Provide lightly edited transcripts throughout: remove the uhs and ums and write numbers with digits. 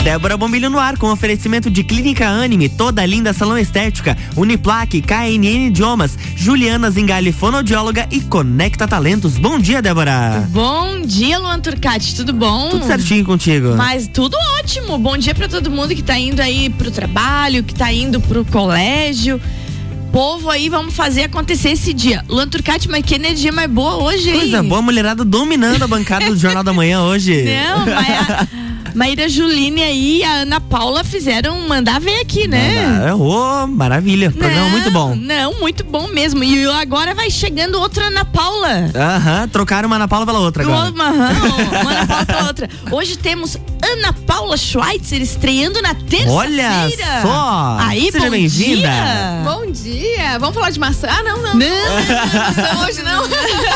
Débora Bombilho no ar, com oferecimento de Clínica Anime, Toda Linda Salão Estética, Uniplaque, KNN Idiomas, Juliana Zingali, fonoaudióloga e Conecta Talentos. Bom dia, Débora. Bom dia, Luan Turcati, tudo bom? Tudo certinho contigo. Mas tudo ótimo. Bom dia pra todo mundo que tá indo aí pro trabalho, que tá indo pro colégio. Povo aí, vamos fazer acontecer esse dia. Luan Turcati, mas que energia mais boa hoje, hein? Coisa boa, mulherada dominando a bancada do Jornal da Manhã hoje. Não, mas a Maíra Juline aí e a Ana Paula fizeram mandar ver aqui, né? Maravilha, programa muito bom. Não, muito bom mesmo. E agora vai chegando outra Ana Paula. Trocaram uma Ana Paula pela outra agora. Uma Ana Paula pela outra. Hoje temos Ana Paula Schweitzer estreando na terça-feira. Olha só! Aí, seja bem-vinda. Bom dia! Vamos falar de maçã? Não. Maçã hoje não.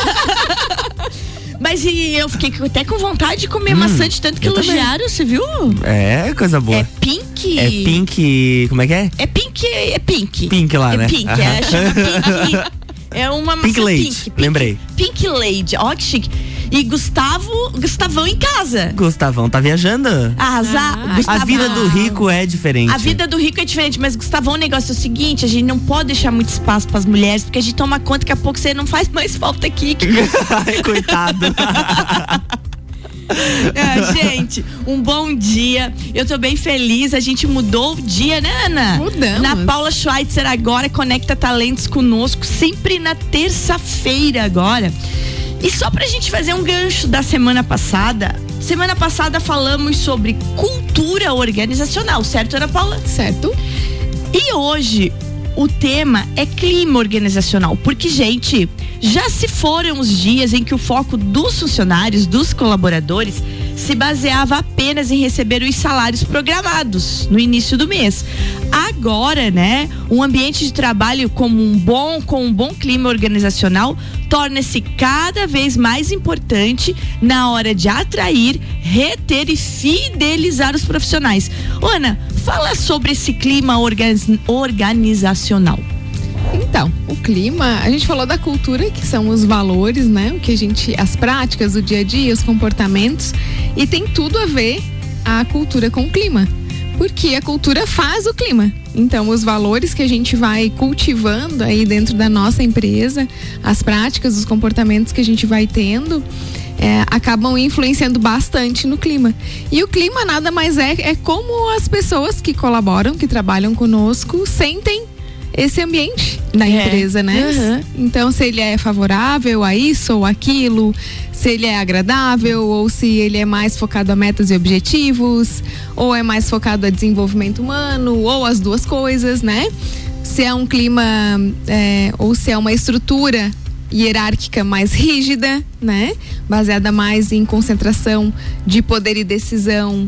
Mas eu fiquei até com vontade de comer maçã de tanto que elogiaram, você viu? É, coisa boa. É pink. É pink, como é que é? É pink. Pink lá, né? É pink, chama pink. É uma maçã Pink Lady, pink. lembrei. Pink Lady, ó que chique. E Gustavão em casa. Gustavão tá viajando. A vida do rico é diferente. A vida do rico é diferente, mas Gustavão, o negócio é o seguinte, a gente não pode deixar muito espaço pras mulheres, porque a gente toma conta que a pouco você não faz mais falta aqui. Ai, coitado. Gente, um bom dia. Eu tô bem feliz. A gente mudou o dia, né, Ana? Mudamos. Ana Paula Schweitzer agora conecta talentos conosco, sempre na terça-feira agora. E só pra gente fazer um gancho da semana passada falamos sobre cultura organizacional, certo, Ana Paula? Certo. E hoje o tema é clima organizacional, porque, gente, já se foram os dias em que o foco dos funcionários, dos colaboradores, se baseava apenas em receber os salários programados no início do mês. Agora, né, um ambiente de trabalho com um bom clima organizacional torna-se cada vez mais importante na hora de atrair, reter e fidelizar os profissionais. Ana, fala sobre esse clima organizacional. Então, o clima, a gente falou da cultura, que são os valores, né? As práticas do dia a dia, os comportamentos, e tem tudo a ver a cultura com o clima, porque a cultura faz o clima. Então, os valores que a gente vai cultivando aí dentro da nossa empresa, as práticas, os comportamentos que a gente vai tendo, acabam influenciando bastante no clima. E o clima nada mais é como as pessoas que colaboram, que trabalham conosco, sentem esse ambiente da empresa, né? Uhum. Então, se ele é favorável a isso ou aquilo, se ele é agradável ou se ele é mais focado a metas e objetivos, ou é mais focado a desenvolvimento humano, ou as duas coisas, né? Se é um clima ou se é uma estrutura hierárquica mais rígida, né? Baseada mais em concentração de poder e decisão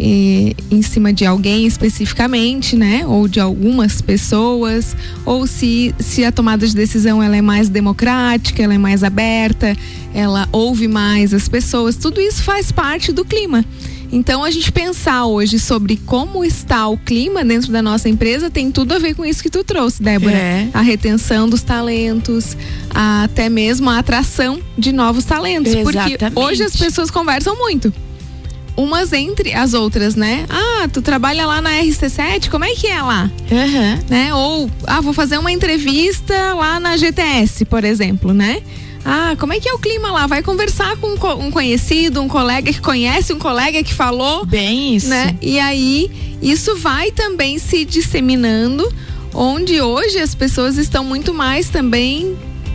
em cima de alguém especificamente, né? Ou de algumas pessoas, ou se a tomada de decisão ela é mais democrática, ela é mais aberta, ela ouve mais as pessoas. Tudo isso faz parte do clima. Então, a gente pensar hoje sobre como está o clima dentro da nossa empresa tem tudo a ver com isso que tu trouxe, Débora. A retenção dos talentos, até mesmo a atração de novos talentos. Exatamente. Porque hoje as pessoas conversam muito, umas entre as outras, né? Tu trabalha lá na RC7, como é que é lá? Né? Ou, vou fazer uma entrevista lá na GTS, por exemplo, né? Como é que é o clima lá? Vai conversar com um conhecido, um colega que conhece, um colega que falou. Bem isso. Né? E aí, isso vai também se disseminando, onde hoje as pessoas estão muito mais também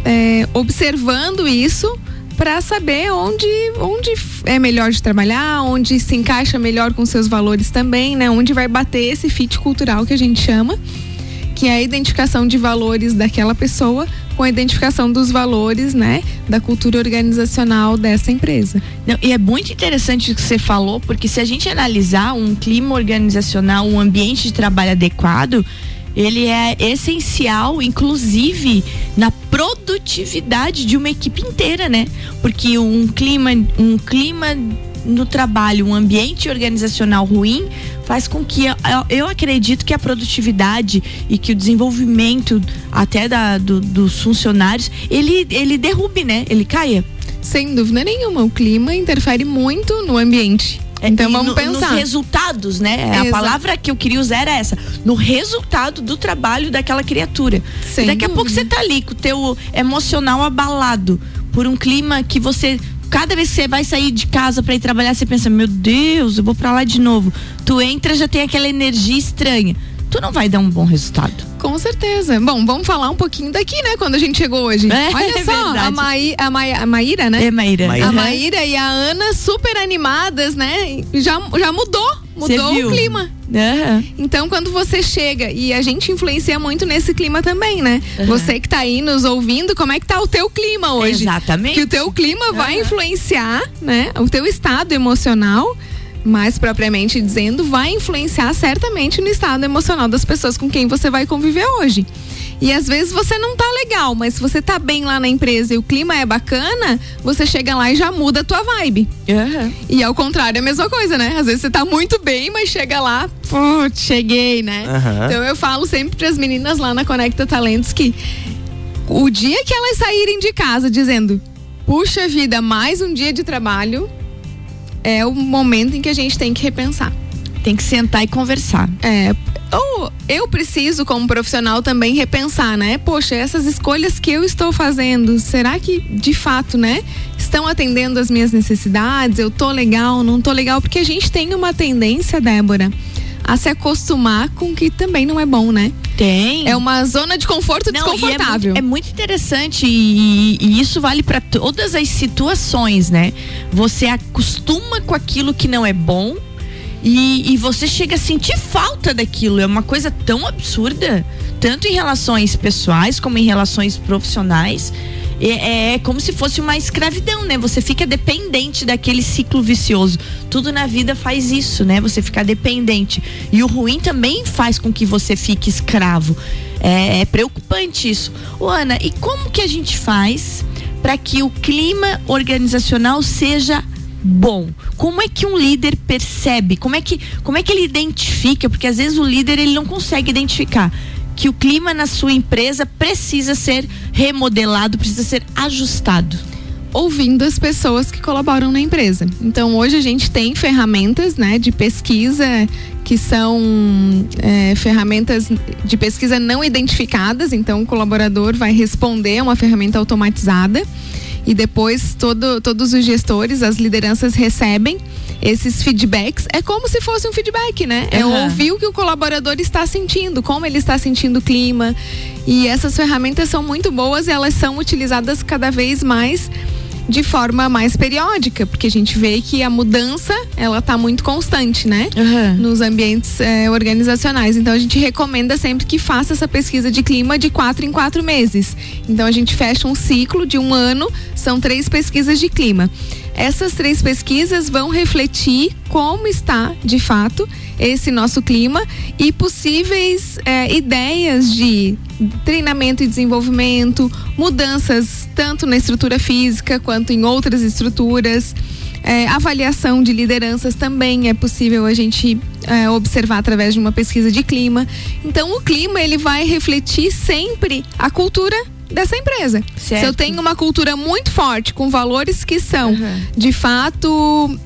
observando isso para saber onde é melhor de trabalhar, onde se encaixa melhor com seus valores também, né? Onde vai bater esse fit cultural que a gente chama, que é a identificação de valores daquela pessoa com a identificação dos valores, né, da cultura organizacional dessa empresa. Não, e é muito interessante o que você falou, porque se a gente analisar um clima organizacional, um ambiente de trabalho adequado, ele é essencial, inclusive, na produtividade de uma equipe inteira, né? Porque um clima no trabalho, um ambiente organizacional ruim, faz com que eu acredito que a produtividade e que o desenvolvimento até dos funcionários, ele derrube, né? Ele caia. Sem dúvida nenhuma, o clima interfere muito no ambiente, Então vamos pensar. Nos resultados, né? Exato. A palavra que eu queria usar era essa. No resultado do trabalho daquela criatura. Sem e daqui a pouco dúvida. você tá ali com o teu emocional abalado por um clima que você... Cada vez que você vai sair de casa pra ir trabalhar, você pensa, meu Deus, eu vou pra lá de novo. Tu entra, já tem aquela energia estranha. Tu não vai dar um bom resultado. Com certeza. Bom, vamos falar um pouquinho daqui, né? Quando a gente chegou hoje. Olha só, verdade. a Maíra, né? É, Maíra. Maíra. A Maíra e a Ana super animadas, né? Já mudou o clima. Uhum. Então, quando você chega, e a gente influencia muito nesse clima também, né? Você que tá aí nos ouvindo, como é que tá o teu clima hoje? Exatamente. Que o teu clima vai influenciar, né? O teu estado emocional, mais propriamente dizendo, vai influenciar certamente no estado emocional das pessoas com quem você vai conviver hoje. E às vezes você não tá legal, mas se você tá bem lá na empresa e o clima é bacana, você chega lá e já muda a tua vibe. Uhum. E ao contrário, é a mesma coisa, né? Às vezes você tá muito bem, mas chega lá, putz, cheguei, né? Uhum. Então eu falo sempre pras meninas lá na Conecta Talentos que o dia que elas saírem de casa dizendo, puxa vida, mais um dia de trabalho, é o momento em que a gente tem que repensar. Tem que sentar e conversar. Ou eu preciso, como profissional, também repensar, né? Poxa, essas escolhas que eu estou fazendo, será que de fato, né, estão atendendo as minhas necessidades? Eu tô legal, não tô legal? Porque a gente tem uma tendência, Débora, a se acostumar com o que também não é bom, né? Tem. É uma zona de conforto desconfortável. É muito interessante e isso vale para todas as situações, né? Você acostuma com aquilo que não é bom e você chega a sentir falta daquilo. É uma coisa tão absurda, tanto em relações pessoais como em relações profissionais. É como se fosse uma escravidão, né? Você fica dependente daquele ciclo vicioso. Tudo na vida faz isso, né? Você fica dependente. E o ruim também faz com que você fique escravo. É preocupante isso. Ô, Ana, e como que a gente faz para que o clima organizacional seja bom? Como é que um líder percebe? Como é que ele identifica? Porque às vezes o líder ele não consegue identificar que o clima na sua empresa precisa ser remodelado, precisa ser ajustado. Ouvindo as pessoas que colaboram na empresa. Então hoje a gente tem ferramentas, né, de pesquisa que são ferramentas de pesquisa não identificadas. Então o colaborador vai responder a uma ferramenta automatizada e depois todos os gestores, as lideranças recebem esses feedbacks. É como se fosse um feedback, né? É ouvir o que o colaborador está sentindo, como ele está sentindo o clima. E essas ferramentas são muito boas e elas são utilizadas cada vez mais de forma mais periódica, porque a gente vê que a mudança, ela tá muito constante, né? Nos ambientes organizacionais. Então a gente recomenda sempre que faça essa pesquisa de clima de 4 em 4 meses. Então a gente fecha um ciclo de 1 ano, são 3 pesquisas de clima. Essas 3 pesquisas vão refletir como está, de fato, esse nosso clima e possíveis ideias de treinamento e desenvolvimento, mudanças tanto na estrutura física quanto em outras estruturas. Avaliação de lideranças também é possível a gente observar através de uma pesquisa de clima. Então o clima ele vai refletir sempre a cultura dessa empresa. Certo. Se eu tenho uma cultura muito forte, com valores que são de fato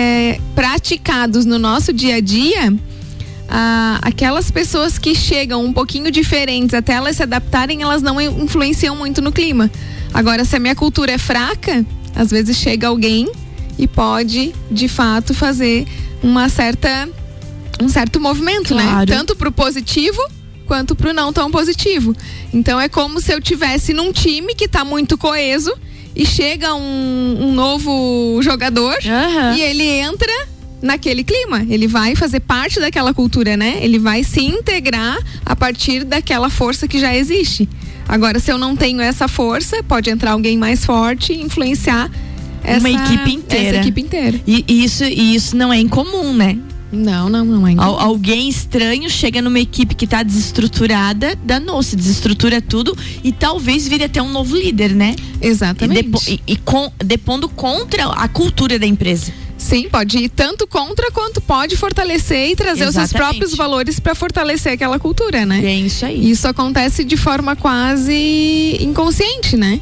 praticados no nosso dia a dia, aquelas pessoas que chegam um pouquinho diferentes até elas se adaptarem, elas não influenciam muito no clima. Agora, se a minha cultura é fraca, às vezes chega alguém e pode de fato fazer um certo movimento, claro, né? Tanto pro positivo quanto pro não tão positivo. Então é como se eu tivesse num time que tá muito coeso e chega um novo jogador e ele entra naquele clima, ele vai fazer parte daquela cultura, né? Ele vai se integrar a partir daquela força que já existe. Agora, se eu não tenho essa força, pode entrar alguém mais forte e influenciar uma equipe inteira. Essa equipe inteira. E isso não é incomum, né? Não é incomum. Alguém estranho chega numa equipe que tá desestruturada, danou-se, desestrutura tudo e talvez vire até um novo líder, né? Exatamente. Depondo contra a cultura da empresa. Sim, pode ir tanto contra quanto pode fortalecer e trazer os seus próprios valores para fortalecer aquela cultura, né? É isso aí. Isso acontece de forma quase inconsciente, né?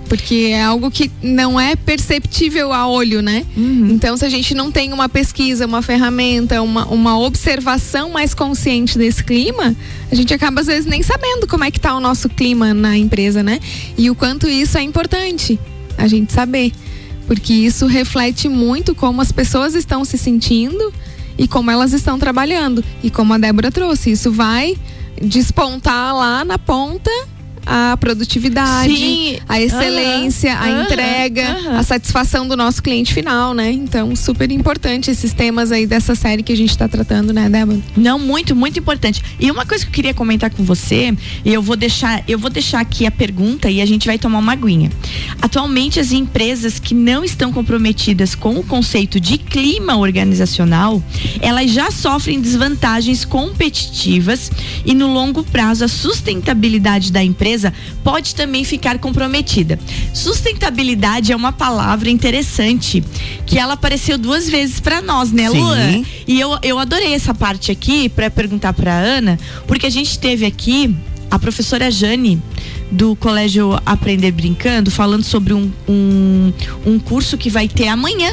Porque é algo que não é perceptível a olho, né? Então, se a gente não tem uma pesquisa, uma ferramenta, uma observação mais consciente desse clima, a gente acaba às vezes nem sabendo como é que tá o nosso clima na empresa, né? E o quanto isso é importante a gente saber, porque isso reflete muito como as pessoas estão se sentindo e como elas estão trabalhando. E como a Débora trouxe, isso vai despontar lá na ponta a produtividade, sim, a excelência, a entrega, a satisfação do nosso cliente final, né? Então, super importante esses temas aí dessa série que a gente tá tratando, né, Débora? Não, muito, muito importante. E uma coisa que eu queria comentar com você, e eu vou deixar aqui a pergunta e a gente vai tomar uma aguinha. Atualmente, as empresas que não estão comprometidas com o conceito de clima organizacional, elas já sofrem desvantagens competitivas e no longo prazo a sustentabilidade da empresa pode também ficar comprometida. Sustentabilidade é uma palavra interessante que ela apareceu 2 vezes para nós, né, Luan? E eu adorei essa parte aqui para perguntar para Ana, porque a gente teve aqui a professora Jane do Colégio Aprender Brincando falando sobre um curso que vai ter amanhã,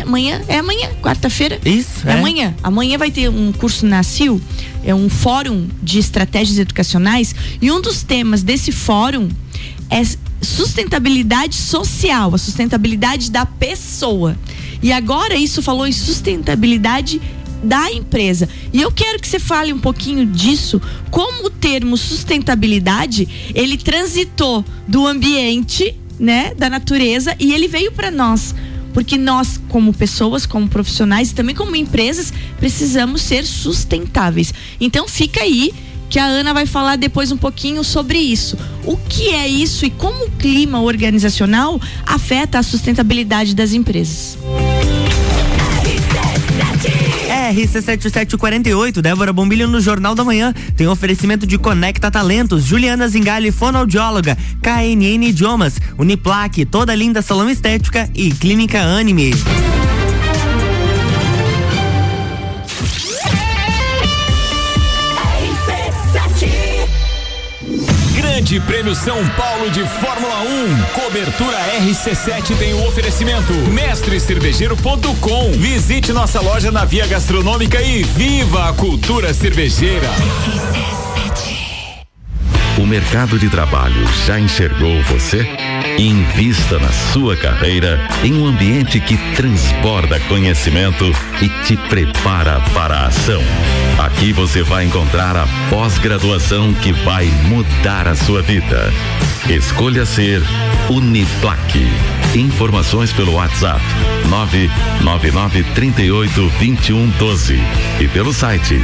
quarta-feira? Isso, Amanhã vai ter um curso na CIL, é um fórum de estratégias educacionais, e um dos temas desse fórum é sustentabilidade social, a sustentabilidade da pessoa. E agora isso falou em sustentabilidade da empresa. E eu quero que você fale um pouquinho disso, como o termo sustentabilidade, ele transitou do ambiente, né, da natureza, e ele veio para nós. Porque nós, como pessoas, como profissionais e também como empresas, precisamos ser sustentáveis. Então fica aí que a Ana vai falar depois um pouquinho sobre isso. O que é isso e como o clima organizacional afeta a sustentabilidade das empresas? RC7748, Débora Bombilho no Jornal da Manhã. Tem oferecimento de Conecta Talentos, Juliana Zingali, fonoaudióloga, KNN Idiomas, Uniplaque, Toda Linda Salão Estética e Clínica Anime. Grande Prêmio São Paulo de Fórmula 1. Cobertura RC7 tem o oferecimento mestrecervejeiro.com. Visite nossa loja na Via Gastronômica e viva a cultura cervejeira. O mercado de trabalho já enxergou você? Invista na sua carreira em um ambiente que transborda conhecimento e te prepara para a ação. Aqui você vai encontrar a pós-graduação que vai mudar a sua vida. Escolha ser Uniplaque. Informações pelo WhatsApp 999382112 e pelo site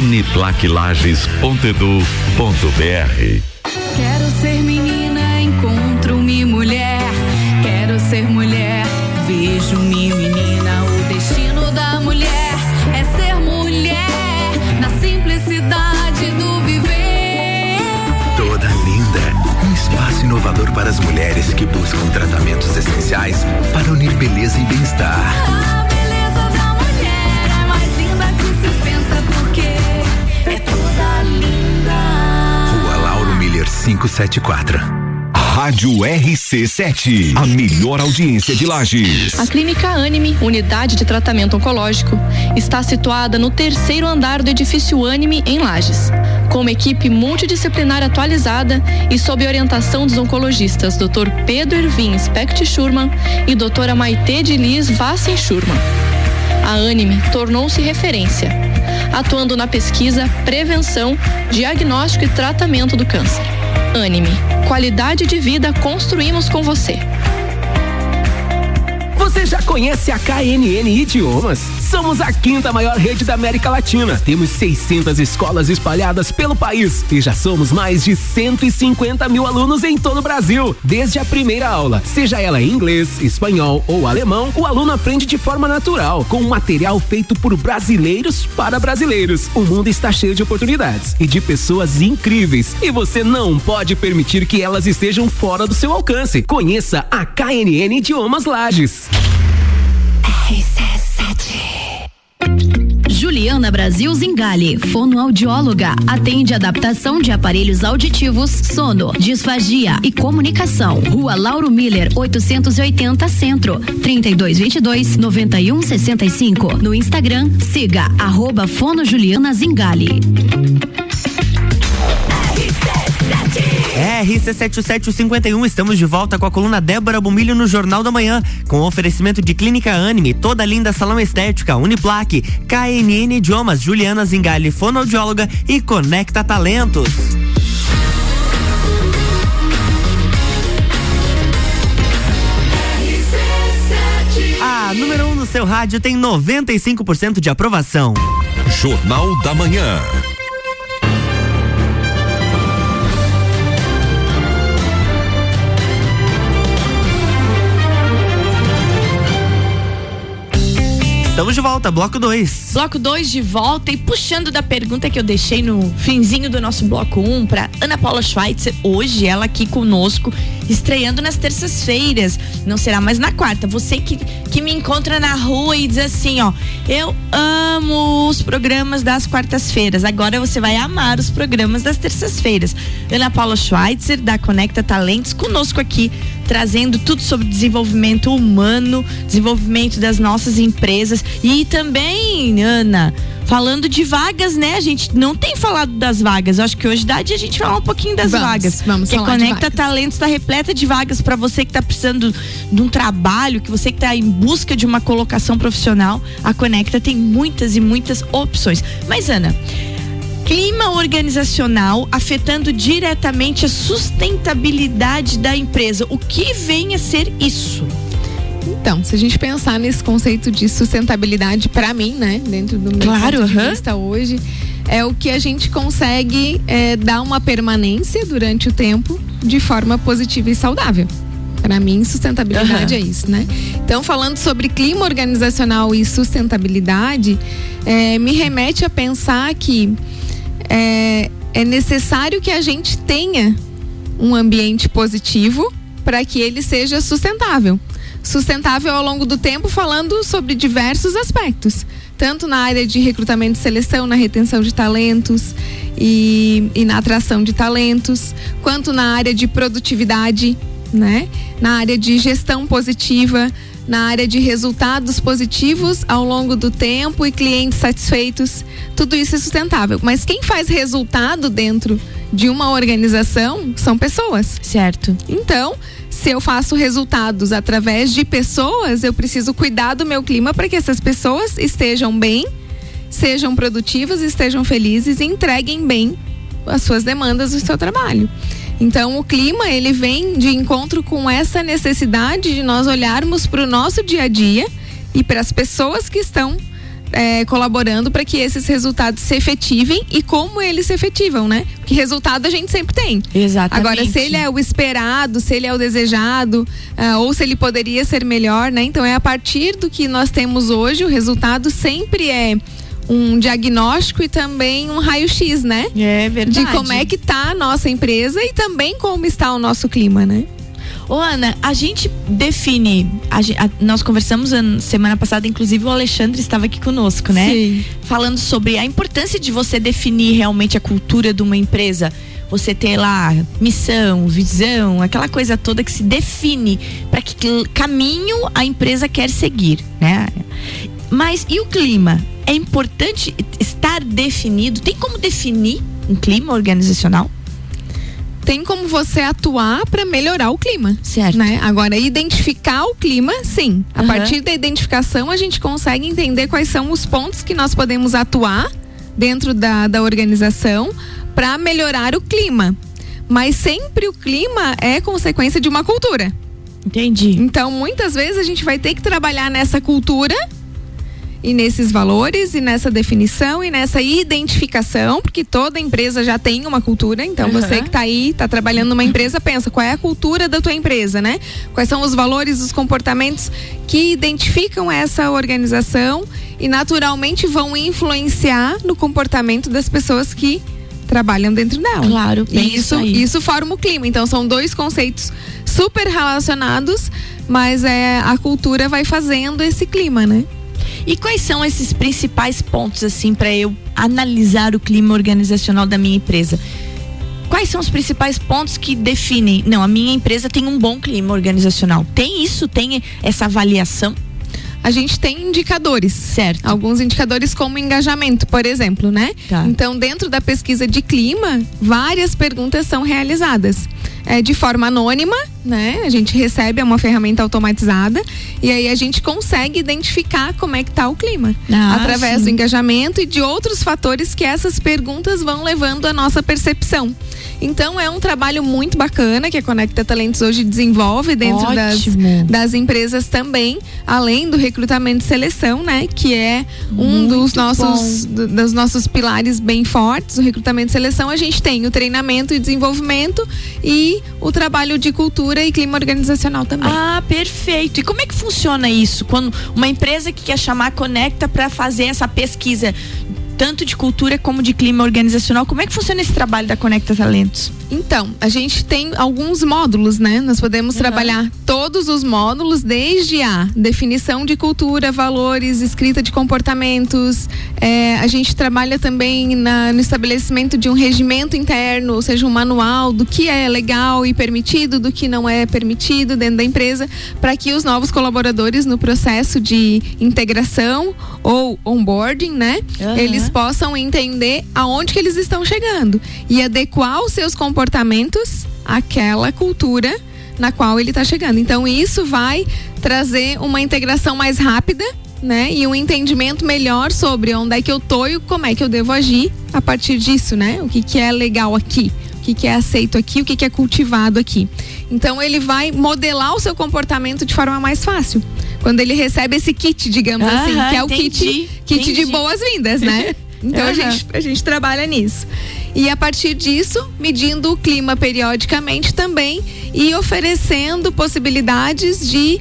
uniplaquelages.edu.br. Quero ser menina, encontro-me mulher. Quero ser mulher, vejo-me menina. O destino da mulher é ser mulher, na simplicidade do viver. Toda linda, um espaço inovador para as mulheres que buscam tratamentos essenciais para unir beleza e bem-estar. A beleza da mulher é mais linda que se pensa, porque é toda linda. Rua Lauro Miller 574. Rádio RC7, a melhor audiência de Lages. A Clínica Anime, unidade de tratamento oncológico, está situada no 3º andar do edifício Anime, em Lages. Com uma equipe multidisciplinar atualizada e sob orientação dos oncologistas Dr. Pedro Ervin Specht Schurman e doutora Maite de Liz Vassen Schurman. A Anime tornou-se referência, atuando na pesquisa, prevenção, diagnóstico e tratamento do câncer. Anime, qualidade de vida construímos com você. Você já conhece a KNN Idiomas? Somos a 5ª maior rede da América Latina. Temos 600 escolas espalhadas pelo país e já somos mais de 150 mil alunos em todo o Brasil. Desde a primeira aula, seja ela em inglês, espanhol ou alemão, o aluno aprende de forma natural, com um material feito por brasileiros para brasileiros. O mundo está cheio de oportunidades e de pessoas incríveis, e você não pode permitir que elas estejam fora do seu alcance. Conheça a KNN Idiomas Lages. RC7. Juliana Brasil Zingali, fonoaudióloga, atende adaptação de aparelhos auditivos, sono, disfagia e comunicação. Rua Lauro Miller, 880 Centro, 3222-9165. No Instagram, siga @fonojuliana Zingali. RC7751, estamos de volta com a coluna Débora Bombilho no Jornal da Manhã, com oferecimento de Clínica Anime, Toda Linda Salão Estética, Uniplaque, KNN Idiomas, Juliana Zingali, fonoaudióloga e Conecta Talentos. A número 1 no seu rádio tem 95% de aprovação. Jornal da Manhã. Estamos de volta, bloco 2. Bloco 2 de volta e puxando da pergunta que eu deixei no finzinho do nosso bloco 1 para Ana Paula Schweitzer, hoje ela aqui conosco, estreando nas terças-feiras, não será mais na quarta. Você que me encontra na rua e diz assim, ó, eu amo os programas das quartas-feiras, agora você vai amar os programas das terças-feiras. Ana Paula Schweitzer, da Conecta Talentos, conosco aqui, trazendo tudo sobre desenvolvimento humano, desenvolvimento das nossas empresas e também, Ana, falando de vagas, né? A gente não tem falado das vagas. Eu acho que hoje dá de a gente falar um pouquinho das vagas. Vamos porque falar Conecta Talentos está repleta de vagas para você que está precisando de um trabalho, que você que está em busca de uma colocação profissional. A Conecta tem muitas e muitas opções. Mas, Ana, clima organizacional afetando diretamente a sustentabilidade da empresa. O que vem a ser isso? Então, se a gente pensar nesse conceito de sustentabilidade, para mim, né, dentro do meu ponto de vista hoje, é o que a gente consegue dar uma permanência durante o tempo de forma positiva e saudável. Para mim, sustentabilidade é isso, né? Então, falando sobre clima organizacional e sustentabilidade, me remete a pensar que é necessário que a gente tenha um ambiente positivo para que ele seja sustentável. Sustentável ao longo do tempo, falando sobre diversos aspectos, tanto na área de recrutamento e seleção, na retenção de talentos e na atração de talentos, quanto na área de produtividade, né? Na área de gestão positiva, na área de resultados positivos ao longo do tempo e clientes satisfeitos. Tudo isso é sustentável. Mas quem faz resultado dentro de uma organização são pessoas. Certo. Então, se eu faço resultados através de pessoas, eu preciso cuidar do meu clima para que essas pessoas estejam bem, sejam produtivas, estejam felizes e entreguem bem as suas demandas do seu trabalho. Então, o clima, ele vem de encontro com essa necessidade de nós olharmos para o nosso dia a dia e para as pessoas que estão colaborando para que esses resultados se efetivem e como eles se efetivam, né? Porque resultado a gente sempre tem. Exatamente. Agora, se ele é o esperado, se ele é o desejado, ou se ele poderia ser melhor, né? Então, é a partir do que nós temos hoje, o resultado sempre é um diagnóstico e também um raio-x, né? É verdade. De como é que tá a nossa empresa e também como está o nosso clima, né? Ô, Ana, a gente define, nós conversamos semana passada, inclusive o Alexandre estava aqui conosco, né? Sim. Falando sobre a importância de você definir realmente a cultura de uma empresa. Você ter lá missão, visão, aquela coisa toda que se define para que caminho a empresa quer seguir, né? Mas e o clima? É importante estar definido? Tem como definir um clima organizacional? Tem como você atuar para melhorar o clima. Certo. Né? Agora, identificar o clima, sim. A partir da identificação, a gente consegue entender quais são os pontos que nós podemos atuar dentro da organização para melhorar o clima. Mas sempre o clima é consequência de uma cultura. Entendi. Então, muitas vezes a gente vai ter que trabalhar nessa cultura e nesses valores, e nessa definição, e nessa identificação, porque toda empresa já tem uma cultura. Então, você que tá aí, tá trabalhando numa empresa, pensa, qual é a cultura da tua empresa, né? Quais são os valores, os comportamentos que identificam essa organização e naturalmente vão influenciar no comportamento das pessoas que trabalham dentro dela. Claro, e isso forma o clima. Então, são dois conceitos super relacionados, mas a cultura vai fazendo esse clima, né? E quais são esses principais pontos, assim, para eu analisar o clima organizacional da minha empresa? Quais são os principais pontos que definem? Não, a minha empresa tem um bom clima organizacional. Tem isso? Tem essa avaliação? A gente tem indicadores, certo? Alguns indicadores como engajamento, por exemplo, né? Tá. Então, dentro da pesquisa de clima, várias perguntas são realizadas. De forma anônima, né? A gente recebe uma ferramenta automatizada e aí a gente consegue identificar como é que tá o clima. Através do engajamento e de outros fatores que essas perguntas vão levando à nossa percepção. Então é um trabalho muito bacana que a Conecta Talentos hoje desenvolve dentro das empresas também, além do recrutamento e seleção, né? Que é um dos nossos pilares bem fortes. O recrutamento e seleção, a gente tem o treinamento e desenvolvimento e o trabalho de cultura e clima organizacional também. Ah, perfeito. E como é que funciona isso? Quando uma empresa que quer chamar a Conecta para fazer essa pesquisa, tanto de cultura como de clima organizacional, como é que funciona esse trabalho da Conecta Talentos? Então, a gente tem alguns módulos, né? Nós podemos trabalhar todos os módulos, desde a definição de cultura, valores, escrita de comportamentos. A gente trabalha também no estabelecimento de um regimento interno, ou seja, um manual do que é legal e permitido, do que não é permitido dentro da empresa, para que os novos colaboradores no processo de integração ou onboarding, né? Eles possam entender aonde que eles estão chegando e adequar os seus comportamentos àquela cultura na qual ele está chegando. Então isso vai trazer uma integração mais rápida, né? E um entendimento melhor sobre onde é que eu tô e como é que eu devo agir a partir disso, né? O que é legal aqui, o que é aceito aqui, o que é cultivado aqui. Então ele vai modelar o seu comportamento de forma mais fácil. Quando ele recebe esse kit, digamos assim, que é o kit de boas-vindas, né? Então a gente trabalha nisso. E a partir disso, medindo o clima periodicamente também e oferecendo possibilidades de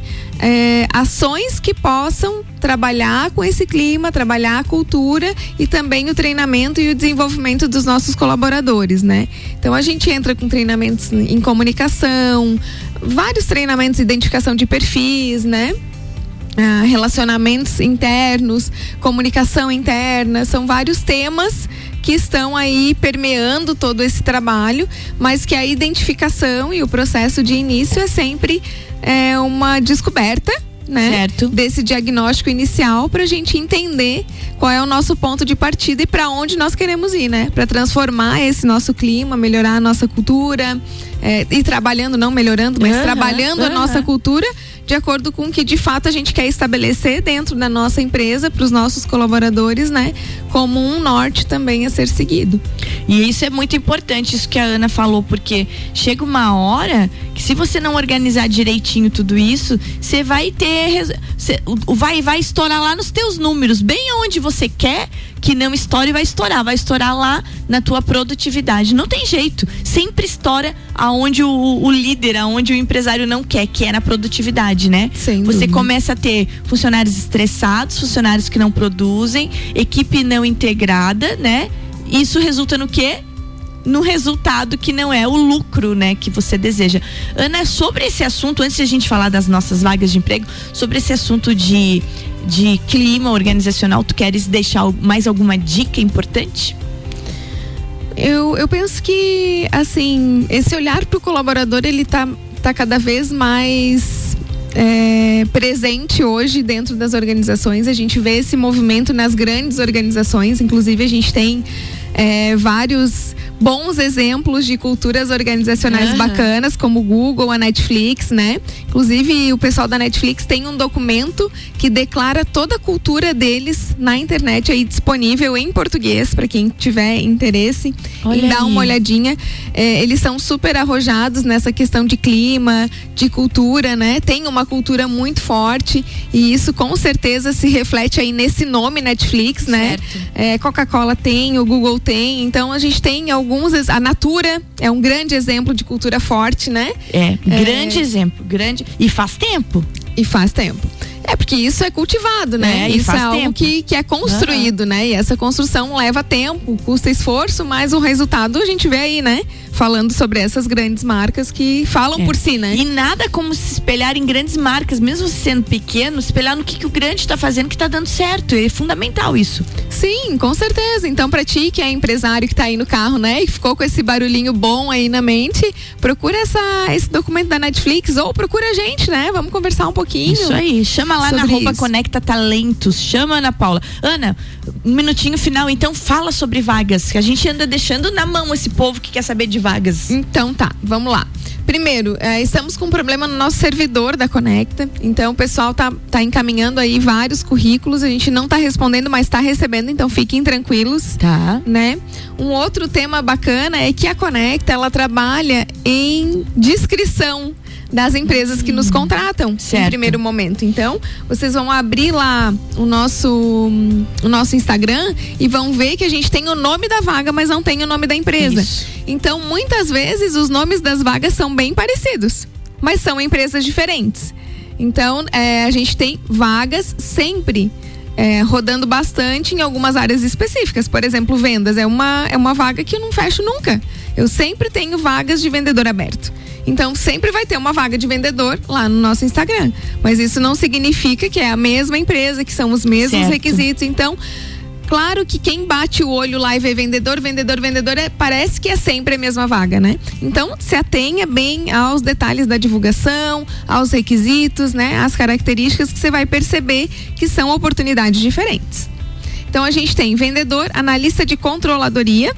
ações que possam trabalhar com esse clima, trabalhar a cultura e também o treinamento e o desenvolvimento dos nossos colaboradores, né? Então a gente entra com treinamentos em comunicação, vários treinamentos de identificação de perfis, né? Relacionamentos internos, comunicação interna, são vários temas que estão aí permeando todo esse trabalho, mas que a identificação e o processo de início é sempre uma descoberta, né? Certo. Desse diagnóstico inicial para a gente entender qual é o nosso ponto de partida e para onde nós queremos ir, né? Para transformar esse nosso clima, melhorar a nossa cultura, e trabalhando, não melhorando, mas trabalhando a nossa cultura de acordo com o que de fato a gente quer estabelecer dentro da nossa empresa para os nossos colaboradores, né? Como um norte também a ser seguido. E isso é muito importante, isso que a Ana falou, porque chega uma hora que se você não organizar direitinho tudo isso, você vai ter, vai estourar lá nos teus números, bem onde você quer que não estoure, vai estourar lá na tua produtividade. Não tem jeito, sempre estoura aonde o líder, aonde o empresário não quer, que é na produtividade, né? Você começa a ter funcionários estressados, funcionários que não produzem, equipe não integrada, né? Isso resulta no quê? No resultado que não é o lucro, né, que você deseja. Ana, sobre esse assunto, antes de a gente falar das nossas vagas de emprego, sobre esse assunto de clima organizacional, tu queres deixar mais alguma dica importante? Eu penso que, assim, esse olhar para o colaborador, ele tá cada vez mais presente hoje dentro das organizações. A gente vê esse movimento nas grandes organizações, inclusive a gente tem vários bons exemplos de culturas organizacionais bacanas, como o Google, a Netflix, né? Inclusive o pessoal da Netflix tem um documento que declara toda a cultura deles na internet aí disponível em português para quem tiver interesse em dar uma olhadinha. Eles são super arrojados nessa questão de clima, de cultura, né? Tem uma cultura muito forte e isso com certeza se reflete aí nesse nome Netflix, né? Coca-Cola tem, o Google tem, então a gente tem a Natura é um grande exemplo de cultura forte, né? Grande exemplo, grande. E faz tempo. É porque isso é cultivado, né? E Isso faz é algo tempo. que é construído, né? E essa construção leva tempo, custa esforço, mas o resultado a gente vê aí, né? Falando sobre essas grandes marcas que falam por si, né? E nada como se espelhar em grandes marcas, mesmo sendo pequeno, espelhar no que o grande tá fazendo que tá dando certo. É fundamental isso. Sim, com certeza. Então, pra ti que é empresário que tá aí no carro, né? E ficou com esse barulhinho bom aí na mente, procura esse documento da Netflix ou procura a gente, né? Vamos conversar um pouquinho. Isso aí, chama lá na @Conecta Talentos, chama a Ana Paula. Ana, um minutinho final, então fala sobre vagas, que a gente anda deixando na mão esse povo que quer saber de vagas. Então tá, vamos lá. Primeiro, estamos com um problema no nosso servidor da Conecta, então o pessoal tá encaminhando aí vários currículos, a gente não tá respondendo, mas tá recebendo, então fiquem tranquilos. Tá. Né? Um outro tema bacana é que a Conecta, ela trabalha em descrição das empresas que nos contratam em primeiro momento. Então, vocês vão abrir lá o nosso Instagram e vão ver que a gente tem o nome da vaga, mas não tem o nome da empresa. Isso. Então, muitas vezes, os nomes das vagas são bem parecidos, mas são empresas diferentes. Então, a gente tem vagas sempre rodando bastante em algumas áreas específicas. Por exemplo, vendas é uma vaga que eu não fecho nunca. Eu sempre tenho vagas de vendedor aberto. Então, sempre vai ter uma vaga de vendedor lá no nosso Instagram. Mas isso não significa que é a mesma empresa, que são os mesmos requisitos. Então, claro que quem bate o olho lá e vê vendedor, parece que é sempre a mesma vaga, né? Então, se atenha bem aos detalhes da divulgação, aos requisitos, né? As características que você vai perceber que são oportunidades diferentes. Então, a gente tem vendedor, analista de controladoria,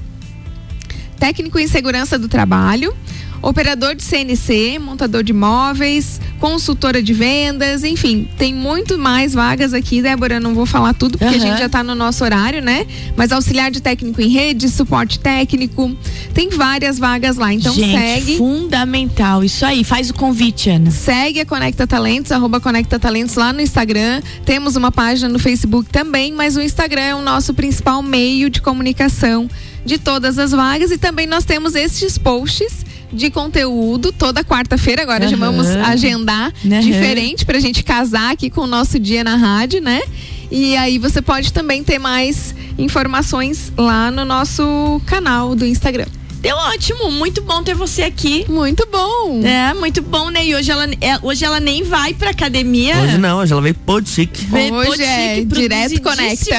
técnico em segurança do trabalho, operador de CNC, montador de móveis, consultora de vendas, enfim, tem muito mais vagas aqui, Débora, não vou falar tudo porque a gente já tá no nosso horário, né? Mas auxiliar de técnico em rede, suporte técnico, tem várias vagas lá, então gente, segue. Fundamental, isso aí, faz o convite, Ana. Segue a Conecta Talentos, @Conecta Talentos lá no Instagram, temos uma página no Facebook também, mas o Instagram é o nosso principal meio de comunicação de todas as vagas e também nós temos estes posts de conteúdo toda quarta-feira, agora já vamos agendar diferente pra gente casar aqui com o nosso dia na rádio, né? E aí você pode também ter mais informações lá no nosso canal do Instagram. Deu ótimo, muito bom ter você aqui. Muito bom. Muito bom, né? E hoje ela nem vai pra academia. Hoje não, hoje ela veio pod chique. Hoje é direto Conecta.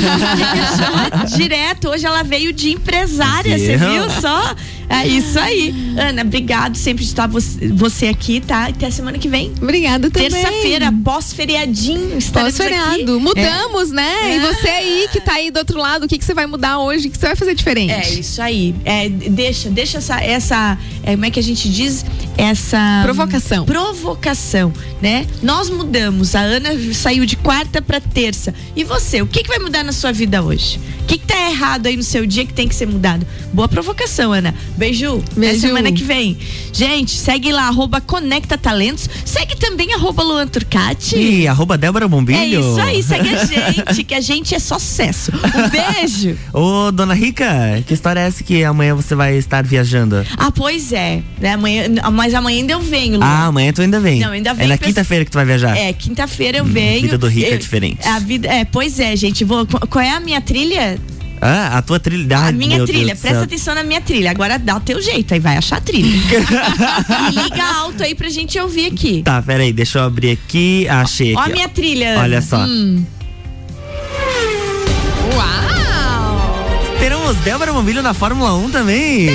Direto, hoje ela veio de empresária, você viu só? É isso aí. Ana, obrigado sempre de estar você aqui, tá? Até semana que vem. Obrigada também. Terça-feira, pós-feriadinho. Pós-feriado. Mudamos, né? E você aí que tá aí do outro lado, o que você vai mudar hoje? O que você vai fazer diferente? É isso aí. Deixa essa como é que a gente diz? Essa provocação, né? Nós mudamos. A Ana saiu de quarta pra terça. E você, o que vai mudar na sua vida hoje? O que tá errado aí no seu dia que tem que ser mudado? Boa provocação, Ana. Beijo. Até semana que vem. Gente, segue lá, @Conecta Talentos. Segue também @Luan Turcati. E @Débora Bombilho. É isso aí, segue a gente, que a gente é só sucesso. Um beijo. Ô, dona Rica, que história é essa que amanhã você vai estar viajando? Ah, pois é. Mas amanhã ainda eu venho, Luan. Ah, amanhã tu ainda vem. Não, ainda venho. É na quinta-feira que tu vai viajar? É, quinta-feira eu venho. A vida do Rica é diferente. Pois é, gente. Qual é a minha trilha? Ah, a tua trilha. A minha trilha, presta atenção na minha trilha. Agora dá o teu jeito, aí vai achar a trilha. E liga alto aí pra gente ouvir aqui. Tá, peraí, deixa eu abrir aqui. Achei aqui. Ó a minha trilha. Olha só. Uau! Teremos Débora Bombilho na Fórmula 1 também.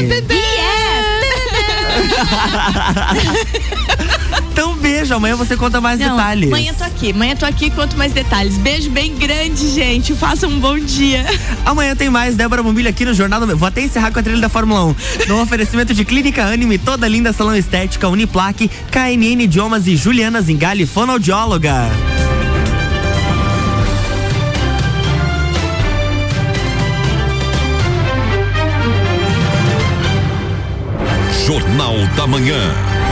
Então beijo, amanhã você conta mais detalhes. Amanhã tô aqui e conto mais detalhes. Beijo bem grande, gente. Faça um bom dia. Amanhã tem mais Débora Bombilho aqui no Jornal do... Vou até encerrar com a trilha da Fórmula 1. No oferecimento de Clínica Anime, toda linda salão estética, Uniplaque, KNN Idiomas e Juliana Zingali, fonoaudióloga. Jornal da Manhã.